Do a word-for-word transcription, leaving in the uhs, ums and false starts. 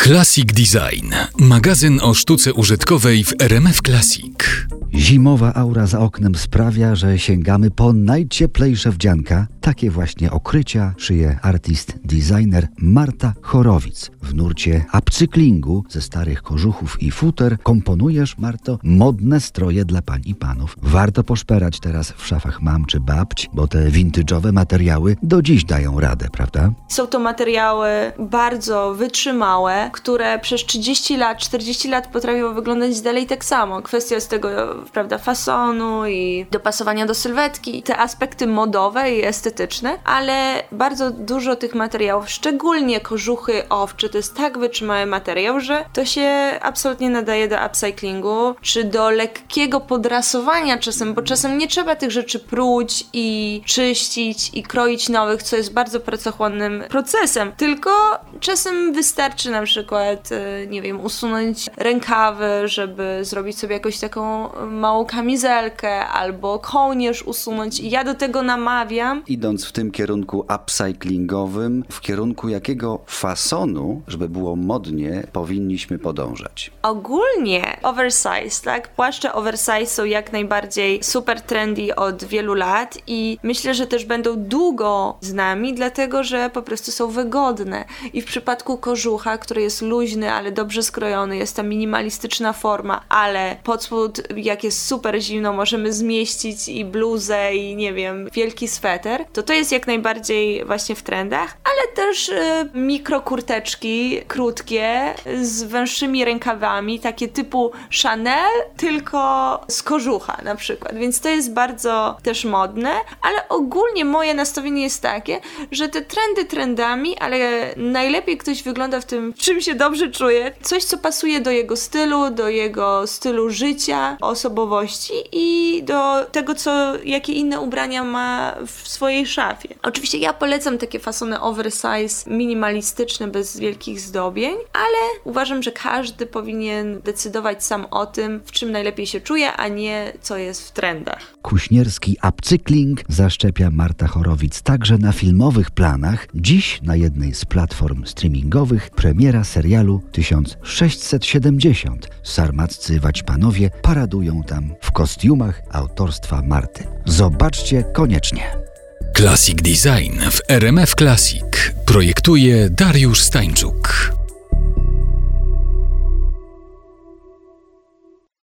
Classic Design. Magazyn o sztuce użytkowej w R M F Classic. Zimowa aura za oknem sprawia, że sięgamy po najcieplejsze wdzianka. Takie właśnie okrycia szyje artist designer Marta Chorowic. W nurcie upcyklingu ze starych kożuchów i futer komponujesz, Marto, modne stroje dla pań i panów. Warto poszperać teraz w szafach mam czy babć, bo te vintage'owe materiały do dziś dają radę, prawda? Są to materiały bardzo wytrzymałe, które przez trzydzieści lat, czterdzieści lat potrafią wyglądać dalej tak samo. Kwestia jest tego, prawda, fasonu i dopasowania do sylwetki, te aspekty modowe i estetyczne, ale bardzo dużo tych materiałów, szczególnie kożuchy owcze, to jest tak wytrzymały materiał, że to się absolutnie nadaje do upcyklingu, czy do lekkiego podrasowania czasem, bo czasem nie trzeba tych rzeczy pruć i czyścić i kroić nowych, co jest bardzo pracochłonnym procesem, tylko czasem wystarczy na przykład, nie wiem, usunąć rękawy, żeby zrobić sobie jakąś taką małą kamizelkę albo kołnierz usunąć i ja do tego namawiam. Idąc w tym kierunku upcyklingowym, w kierunku jakiego fasonu, żeby było modnie, powinniśmy podążać? Ogólnie oversize, tak? Płaszcze oversize są jak najbardziej super trendy od wielu lat i myślę, że też będą długo z nami, dlatego, że po prostu są wygodne. I w przypadku kożucha, który jest luźny, ale dobrze skrojony, jest ta minimalistyczna forma, ale pod spód, jak jest super zimno, możemy zmieścić i bluzę i nie wiem, wielki sweter, to to jest jak najbardziej właśnie w trendach, ale też y, mikrokurteczki krótkie z węższymi rękawami, takie typu Chanel, tylko z kożucha na przykład, więc to jest bardzo też modne, ale ogólnie moje nastawienie jest takie, że te trendy trendami, ale najlepiej ktoś wygląda w tym, czym się dobrze czuje, coś co pasuje do jego stylu, do jego stylu życia, osobowości i do tego, co, jakie inne ubrania ma w swojej szafie. Oczywiście ja polecam takie fasony oversize, minimalistyczne, bez wielkich zdobień, ale uważam, że każdy powinien decydować sam o tym, w czym najlepiej się czuje, a nie co jest w trendach. Kuśnierski upcykling zaszczepia Marta Chorowic także na filmowych planach. Dziś na jednej z platform streamingowych premiera serialu tysiąc sześćset siedemdziesiąt. Sarmaccy waćpanowie paradują tam w kostiumach autorstwa Marty. Zobaczcie koniecznie. Classic Design w R M F Classic projektuje Dariusz Stańczuk.